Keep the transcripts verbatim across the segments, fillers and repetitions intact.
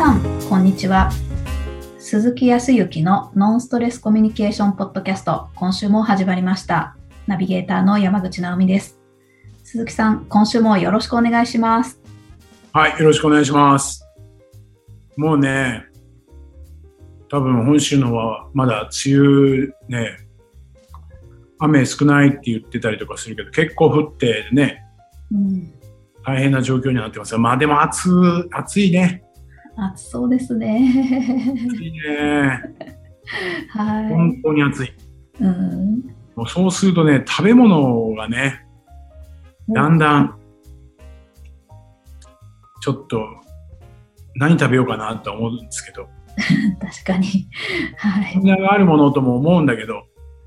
さん、こんにちは。鈴木康之のノンストレスコミュニケーションポッドキャスト、今週も始まりました。ナビゲーターの山口直美です。鈴木さん、今週もよろしくお願いします。 はい、よろしくお願いします。もうね、多分本州の方はまだ梅雨ね、雨少ないって言ってたりとかするけど、結構降ってね、うん、大変な状況になってます。まあでも暑暑いね。 暑そうですね。 暑いね。 はい。 本当に暑い。 うん、 もうそうするとね、食べ物がね、だんだんちょっと何食べようかなと思うんですけど。 確かに。はい。 みんながあるものとも思うんだけど。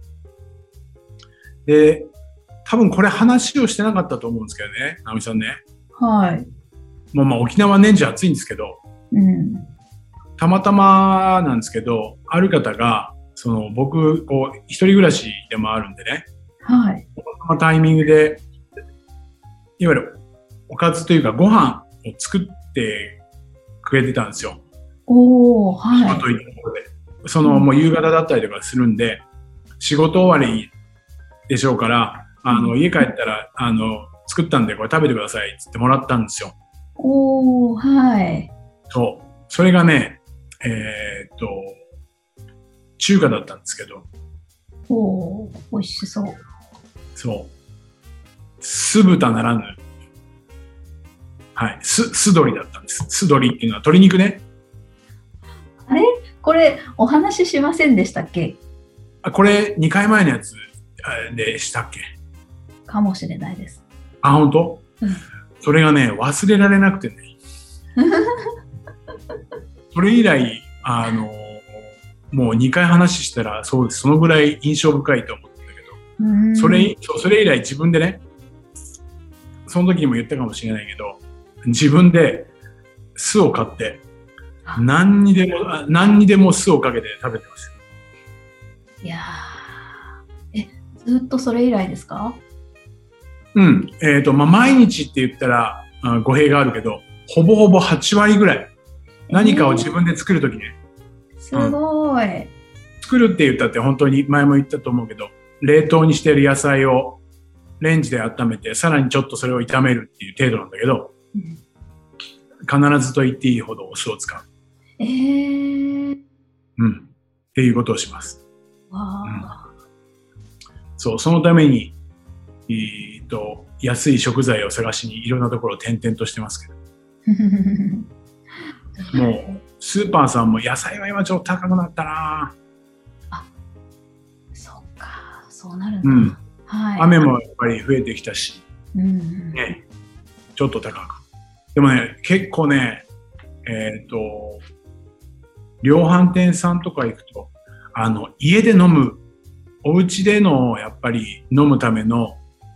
で、多分これ話をしてなかったと思うんですけどね、直美さんね。 はい。 もうまあ沖縄年中暑いんですけど、 うん、たまたまなんですけど、ある方が、その僕、こう、一人暮らしでもあるんでね、 はい。 このタイミングで、いわゆるおかずというかご飯を作ってくれてたんですよ。 おー、はい。 仕事行ったところで。その、もう夕方だったりとかするんで、仕事終わりでしょうから、あの、家帰ったら、あの、作ったんでこれ食べてくださいって言ってもらったんですよ。 おー、はい。 そう。それがね、えー、っと、中華だったんですけど。 おー、美味しそう。 そう。酢豚ならぬ、はい、酢、酢鶏だったんです。酢鶏っていうのは鶏肉ね。 あれこれ、お話ししませんでしたっけ？ あ、これにかいまえのやつでしたっけ？ かもしれないです。 あ、本当？うん、それがね、忘れられなくてね。それ以来、あの、もうにかい話したら、そうです。そのぐらい印象深いと思ったんだけど、それ、それ以来自分でね、その時にも言ったかもしれないけど、自分で酢を買って、何にでも、何にでも酢をかけて食べてます。 いやー、え、ずっとそれ以来ですか？ うん。えっと、まあ、毎日って言ったら語弊があるけど、ほぼほぼはちわりぐらい。何かを自分で作るときね、 えー。すごい、うん。 作るって言ったって本当に前も言ったと思うけど、冷凍にしている野菜をレンジで温めて、さらにちょっとそれを炒めるっていう程度なんだけど、うん、必ずと言っていいほどお酢を使う。 えー。 うん。っていうことをします。 わー。うん、 そう、そのために、えー、と安い食材を探しにいろんなところを転々としてますけどもうスーパーさんも野菜は今ちょっと高くなったなあ、そっか、そうなるんだ、 うんはい、 雨もやっぱり増えてきたし、 うんね、ちょっと高くでもね結構ねえっ、ー、と量販店さんとか行くとあの家で飲むお家でのやっぱり飲むための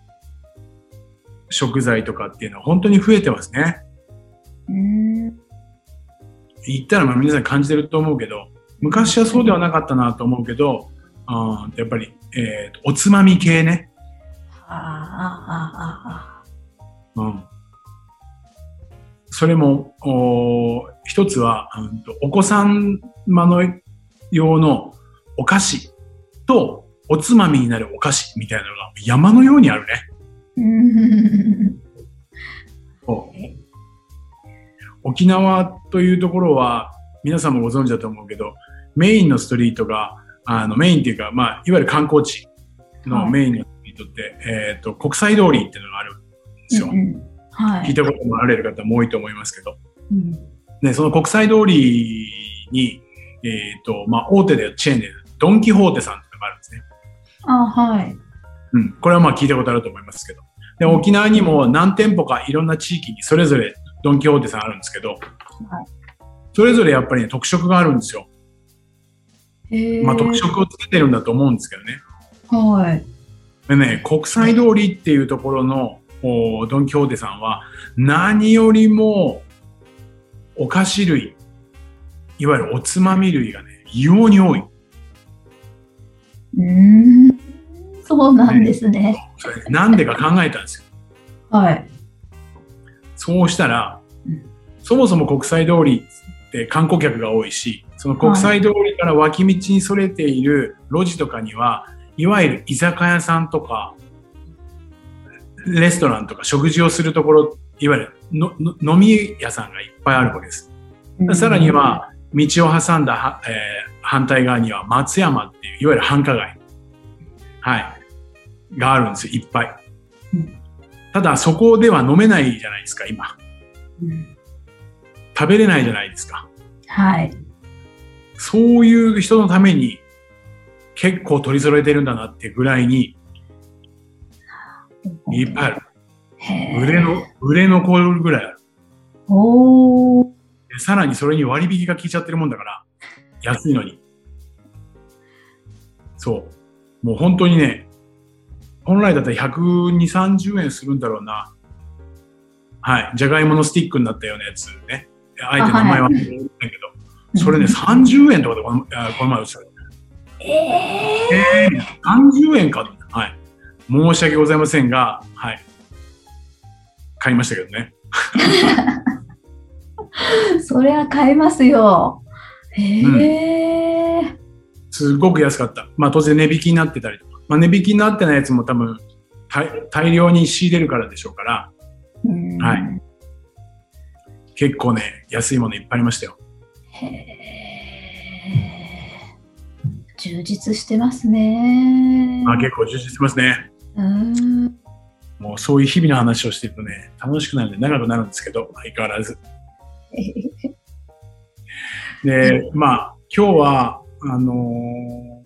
食材とかっていうのは本当に増えてますね。 うーん、 言ったらまあ皆さん感じてると思うけど、昔はそうではなかったなと思うけど、あやっぱり、えー、おつまみ系ね。 ああああ、うん。それもお一つは、うん、お子様の用のお菓子とおつまみになるお菓子みたいなのが山のようにあるね。沖縄というところは皆さんもご存知だと思うけどメインのストリートがあのメインっていうか、まあ、いわゆる観光地のメインのストリートって、はいえー、と国際通りっていうのがあるんですよ、うんうんはい、聞いたこともあられる方も多いと思いますけど、うん、でその国際通りに、えーとまあ、大手でチェーンでドン・キホーテさんっていうのがあるんですね。 あ、はいうん、これはまあ聞いたことあると思いますけどで沖縄にも何店舗かいろんな地域にそれぞれドン・キホーテさんあるんですけど、はい、それぞれやっぱり、ね、特色があるんですよ。へまあ、特色をつけてるんだと思うんですけどね。 はい。 でね、国際通りっていうところのドン・キホーテさんは何よりもお菓子類、いわゆるおつまみ類がね、異様に多い。 うーん、そうなんですね。ねそれなんでか考えたんですよ。 はい。 そうしたら、うん、そもそも国際通りっで観光客が多いし、その国際通りから脇道にそれている路地とかには、いわゆる居酒屋さんとか、レストランとか食事をするところ、いわゆるのの飲み屋さんがいっぱいあるわけです。うん、さらには、道を挟んだ、えー、反対側には松山っていう、いわゆる繁華街。はい。があるんですよ、いっぱい。うん、ただ、そこでは飲めないじゃないですか、今。うん、食べれないじゃないですか。 はい。 そういう人のために結構取り揃えてるんだなっていうぐらいにいっぱいある。売れの、売れ残るぐらいある。 おー。 さらにそれに割引が効いちゃってるもんだから、安いのに。そう。もう本当にね、本来だったらひゃくにじゅう、さんじゅうえんするんだろうな。はい。じゃがいものスティックになったようなやつね。あえて名前は言うんだけど、それね、さんじゅうえんとかでこのこの前売ってたよ。 えー、 えー、さんじゅうえんか。はい。申し訳ございませんが、はい。買いましたけどね。 それは買えますよ。へえ、うん。 すごく安かった。まあ当然値引きになってたりとか。まあ値引きになってないやつも多分大、大量に仕入れるからでしょうから。はい。結構ね、安いものいっぱいありましたよ。 へえ。充実してますね。 あ、結構充実してますね。 うん。 もうそういう日々の話をしてるとね、楽しくなるんで長くなるんですけど、相変わらず。で、まあ、今日は、あのー、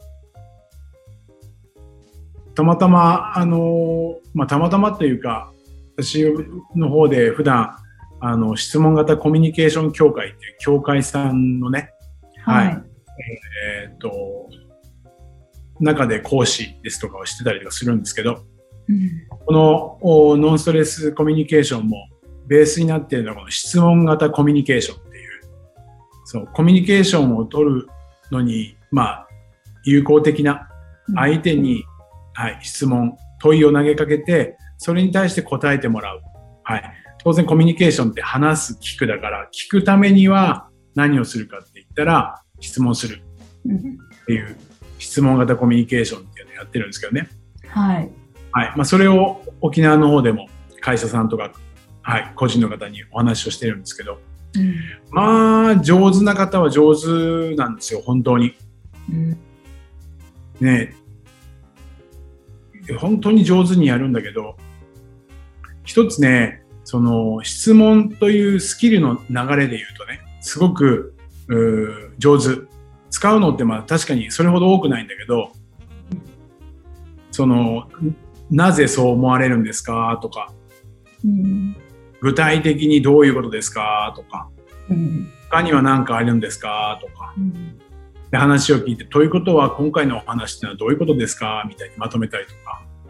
たまたま、あのー、まあ、たまたまというか、私の方で普段、あの、質問型コミュニケーション協会っていう協会さんのね、はい、はい、えー、っと、中で講師ですとかをしてたりとかするんですけど、うん、このノンストレスコミュニケーションもベースになっているのはこの質問型コミュニケーションっていう、そう、コミュニケーションを取るのに、まあ、有効的な相手に、うん、はい、質問、問いを投げかけて、それに対して答えてもらう。はい。当然コミュニケーションって話す、聞くだから、聞くためには何をするかって言ったら、質問するっていう、質問型コミュニケーションっていうのをやってるんですけどね。 はい。 はい。まあ、それを沖縄の方でも会社さんとか、はい、個人の方にお話をしてるんですけど、うん、まあ、上手な方は上手なんですよ、本当に。うん、ねえ、本当に上手にやるんだけど、一つね、その質問というスキルの流れで言うとね、すごく上手。使うのってまあ確かにそれほど多くないんだけど、その、なぜそう思われるんですかとか、うん、具体的にどういうことですかとか、うん、他には何かあるんですかとか、うん、で話を聞いて、ということは今回のお話ってのはどういうことですかみたいにまとめたりとか、うん、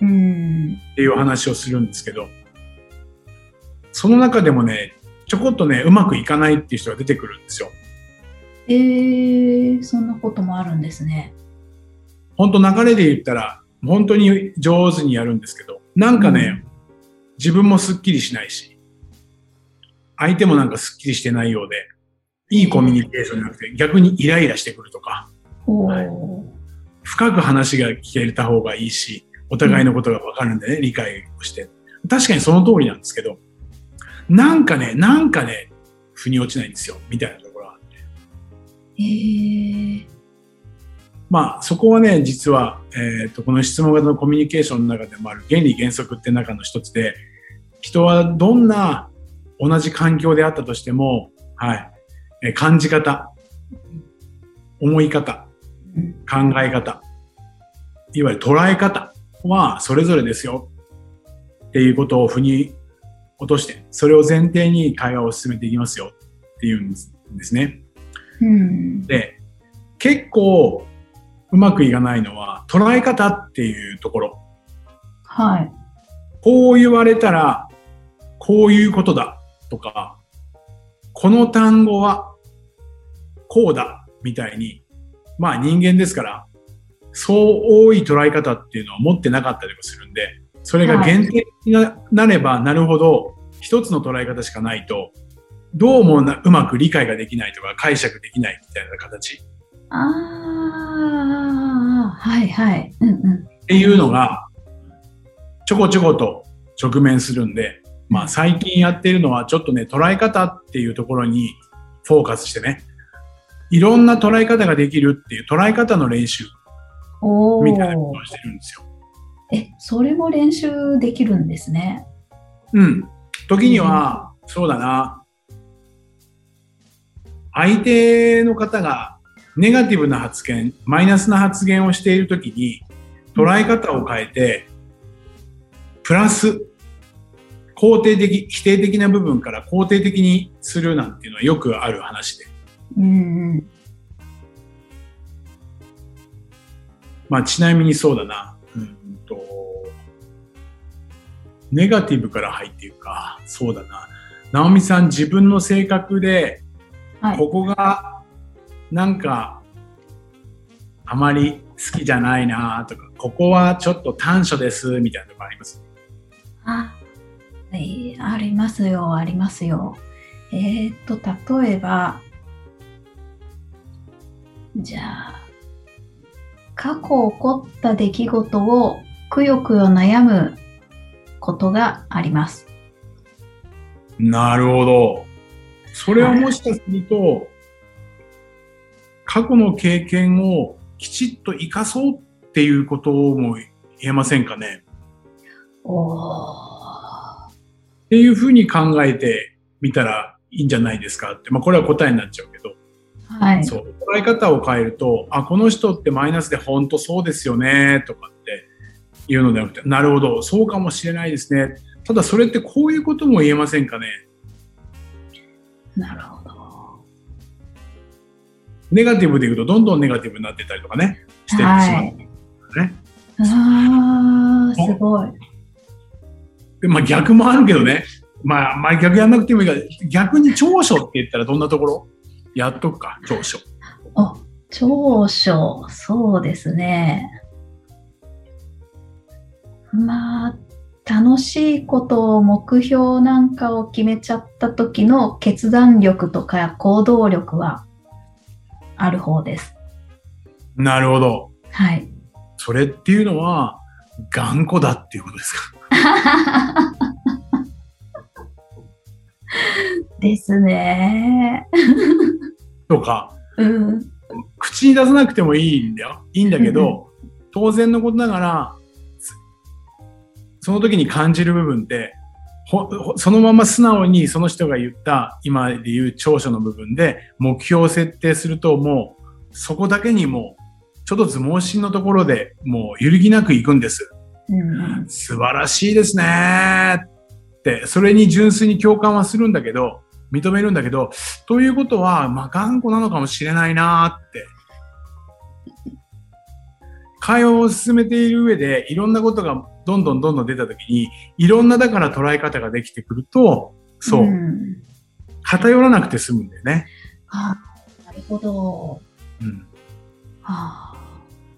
っていう話をするんですけど、その中でもね、ちょこっとね、うまくいかないっていう人が出てくるんですよ。 えー、そんなこともあるんですね。 本当流れで言ったら、本当に上手にやるんですけど、なんかね、うん、自分もスッキリしないし、相手もなんかスッキリしてないようで、いいコミュニケーションじゃなくて、逆にイライラしてくるとか、はい、深く話が聞けた方がいいし、お互いのことが分かるんでね、うん、理解をして。確かにその通りなんですけど、なんかね、なんかね、腑に落ちないんですよ、みたいなところがあって。 へー。 まあ、そこはね、実は、えっと、この質問型のコミュニケーションの中でもある原理原則って中の一つで、人はどんな同じ環境であったとしても、はい、え感じ方、思い方、考え方、いわゆる捉え方はそれぞれですよっていうことを腑に落として、それを前提に会話を進めていきますよっていうんですね。うん、で、結構うまくいかないのは捉え方っていうところ。 はい。 こう言われたらこういうことだとか、この単語はこうだみたいに、まあ人間ですから、そう多い捉え方っていうのは持ってなかったりもするんで、それが限定になればなるほど、一つの捉え方しかないと、 どうもなうまく理解ができないとか解釈できないみたいな形。 ああ、はいはい。うんうん。 っていうのが、ちょこちょこと直面するんで、まあ最近やっているのはちょっとね、捉え方っていうところにフォーカスしてね、いろんな捉え方ができるっていう捉え方の練習みたいなことをしてるんですよ。 え、それも練習できるんですね。 うん。時には、うん、そうだな。相手の方がネガティブな発言、マイナスな発言をしているときに、捉え方を変えて、プラス、肯定的、否定的な部分から肯定的にするなんていうのはよくある話で。 うん。 まあ、ちなみにそうだな。うんと、ネガティブから入っていくか。そうだな。直美さん、自分の性格で、はい、ここが、なんか、あまり好きじゃないなとか、ここはちょっと短所です、みたいなとこあります？ あ、はい、ありますよ、ありますよ。えーっと、例えば、じゃあ、過去起こった出来事をくよくよ悩むことがあります。 なるほど。それはもしかすると、はい、過去の経験をきちっと生かそうっていうことも言えませんかね。 おー。 っていうふうに考えてみたらいいんじゃないですかって。まあこれは答えになっちゃうけど。 はい。 そう。捉え方を変えると、あ、この人ってマイナスで本当そうですよね、とかっていうのではなくて、なるほど、そうかもしれないですね。ただそれってこういうことも言えませんかね。 なるほど。 ネガティブで言うとどんどんネガティブになってたりとかね、してしまう、ね。 はい。ああ、すごい。 で、まあ逆もあるけどね。まあ、まあ逆やんなくてもいいから、逆に長所って言ったらどんなところやっとくか、長所。 あ、長所、そうですね。まあ、楽しいことを目標なんかを決めちゃった時の決断力とか行動力はある方です。 なるほど。 はい。 それっていうのは頑固だっていうことですか？ ですね。 とか、 うん、 口に出さなくてもいいんだよ。いいんだけど、うん、当然のことながら、その時に感じる部分ってほそのまま素直にその人が言った今で言う長所の部分で目標を設定すると、もうそこだけにもうちょっとず盲信のところでもう揺るぎなくいくんです、うん、素晴らしいですねってそれに純粋に共感はするんだけど、認めるんだけど、ということはまあ頑固なのかもしれないなって会話を進めている上でいろんなことがどんどんどんどん出たときに、いろんなだから捉え方ができてくると、そう、うん、偏らなくて済むんだよね。 はあ、なるほど。 うん。 はあ、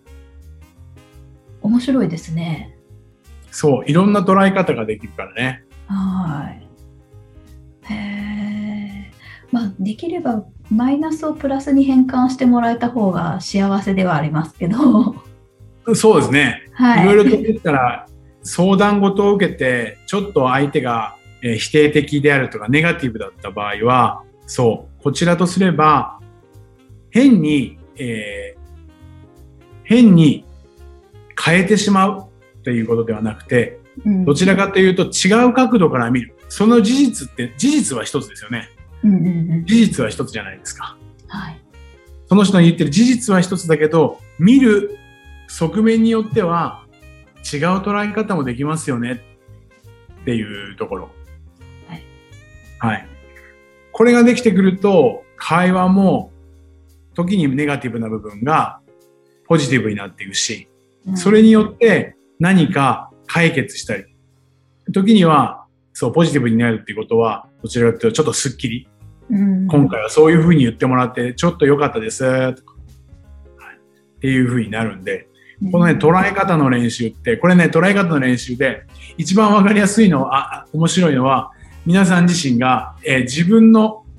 面白いですね。 そう、いろんな捉え方ができるからね。 はい。へえ。まあ、できればマイナスをプラスに変換してもらえた方が幸せではありますけど。 そうですね。 はい。 いろいろと言ったら、相談事を受けて、ちょっと相手が否定的であるとかネガティブだった場合は、そう、こちらとすれば、変に、えー、変に変えてしまうということではなくて、うん、どちらかというと違う角度から見る。その事実って、事実は一つですよね。 うんうんうん、 事実は一つじゃないですか。 はい。 その人の言ってる事実は一つだけど、見る側面によっては違う捉え方もできますよねっていうところ。 はい。 はい。これができてくると、会話も時にネガティブな部分がポジティブになっていくし、うん、それによって何か解決したり、時にはそうポジティブになるっていうことは、どちらかというとちょっとスッキリ、うん、今回はそういうふうに言ってもらってちょっと良かったですとか、はい、っていうふうになるんで、このね、捉え方の練習って、これね、捉え方の練習で一番わかりやすいのは、あ、面白いのは、皆さん自身が、えー、自分の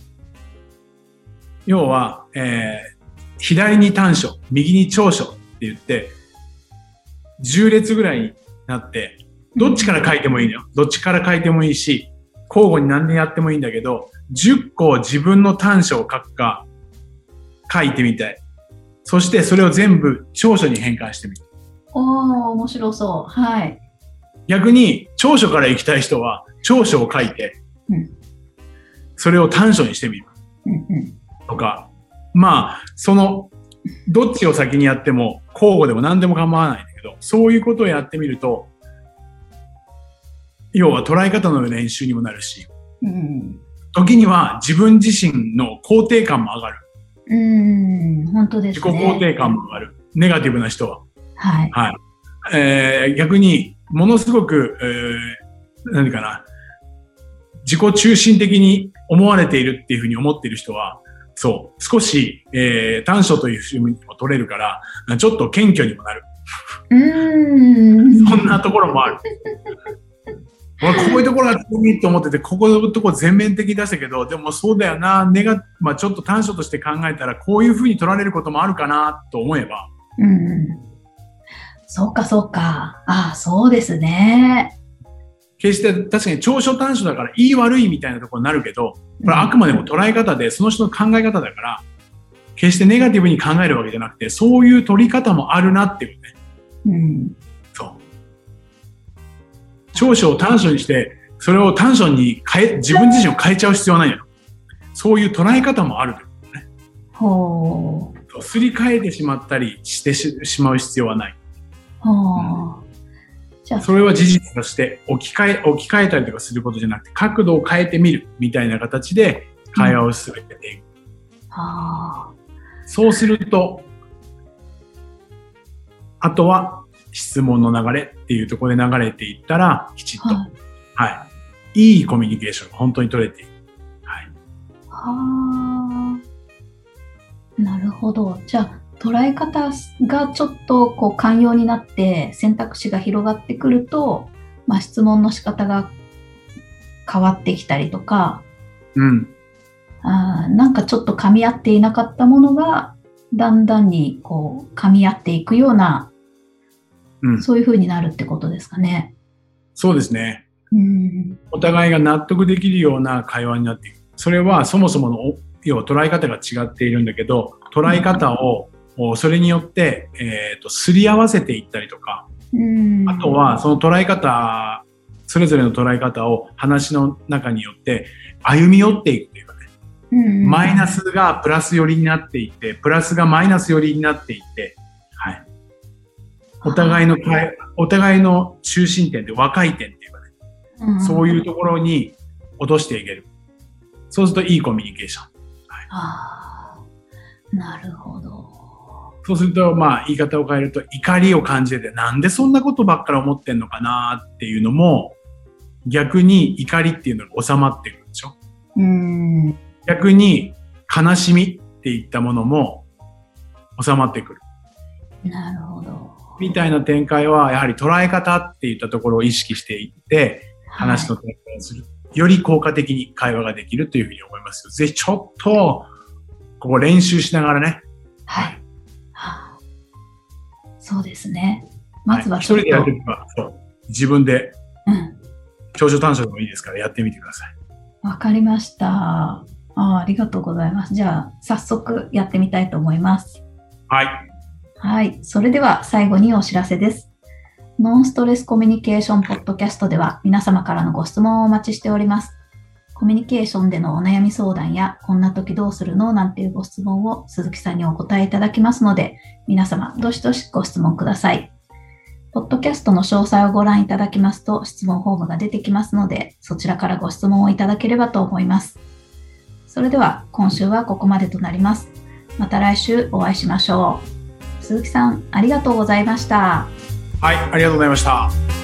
要は、えー、左に短所、右に長所って言って、じゅう列ぐらいになって、どっちから書いてもいいのよ。どっちから書いてもいいし、交互に何でやってもいいんだけど、じゅっこ自分の短所を書くか、書いてみたい。そしてそれを全部長所に変換してみる。 おー、面白そう。はい。 逆に長所から行きたい人は長所を書いて、うん、それを短所にしてみる。うんうん、とか、まあ、その、どっちを先にやっても交互でも何でも構わないんだけど、そういうことをやってみると、要は捉え方の練習にもなるし、うん、時には自分自身の肯定感も上がる。 うーん、本当ですね。 自己肯定感も上がる。ネガティブな人は。 はい。 はい。えー、逆に、ものすごく、えー、何かな、自己中心的に思われているっていうふうに思っている人は、そう、少し、えー、短所というふうにも取れるから、ちょっと謙虚にもなる。 うーん。 そんなところもある。俺こういうところが強いと思ってて、ここのところ全面的に出したけど、でもそうだよな、ネガ、まあちょっと短所として考えたら、こういうふうに取られることもあるかなと思えば。 うん。そうか、そうか。ああ、そうですね。 決して確かに長所短所だからいい悪いみたいなところになるけど、これあくまでも捉え方で、その人の考え方だから、決してネガティブに考えるわけじゃなくて、そういう取り方もあるなっていうね。 うん。そう。 長所を短所にして、それを短所に変え、自分自身を変えちゃう必要はないの。そういう捉え方もあるということね。 ほう。 すり替えてしまったりしてしまう必要はない。 ほう。うん、 じゃあそれは事実として置き換え、置き換えたりとかすることじゃなくて、角度を変えてみるみたいな形で会話を進めていく。 うん、はあ。そうすると、あとは質問の流れっていうところで流れていったら、きちっと、はい、はい。いいコミュニケーションが本当に取れている。はい。 はあ。なるほど。じゃあ、捉え方がちょっとこう寛容になって選択肢が広がってくると、まあ、質問の仕方が変わってきたりとか、 うん、 あなんかちょっと噛み合っていなかったものがだんだんにこう噛み合っていくような、うん、そういう風になるってことですかね。 そうですね。 うん、 お互いが納得できるような会話になっていく。それはそもそもの要は捉え方が違っているんだけど、捉え方を、うん、それによって、えーと、すり合わせていったりとか、 うん、 あとはその捉え方、それぞれの捉え方を話の中によって歩み寄っていくというかね、うん、マイナスがプラス寄りになっていって、プラスがマイナス寄りになっていって、はい。お互いの、お互いの中心点で和解点っていうかね、うん、そういうところに落としていける。そうするといいコミュニケーション。はい、 ああ、なるほど。 そうすると、まあ、言い方を変えると、怒りを感じてて、なんでそんなことばっかり思ってんのかなっていうのも、逆に怒りっていうのが収まってくるでしょ。 うん。 逆に、悲しみっていったものも収まってくる。 なるほど。 みたいな展開は、やはり捉え方っていったところを意識していって、話の展開をする。はい、より効果的に会話ができるというふうに思いますよ。ぜひちょっと、ここ練習しながらね。 はい。はあ、そうですね。まずはちょっと。 はい、一人でやるときは、そう。自分で、 うん。 長所短所でもいいですからやってみてください。 わかりました。ああ、ありがとうございます。じゃあ、早速やってみたいと思います。 はい。 はい。それでは最後にお知らせです。ノンストレスコミュニケーションポッドキャストでは皆様からのご質問をお待ちしております。コミュニケーションでのお悩み相談や、こんな時どうするのなんていうご質問を鈴木さんにお答えいただきますので、皆様どしどしご質問ください。ポッドキャストの詳細をご覧いただきますと質問フォームが出てきますので、そちらからご質問をいただければと思います。それでは今週はここまでとなります。また来週お会いしましょう。鈴木さん、ありがとうございました。 はい、ありがとうございました。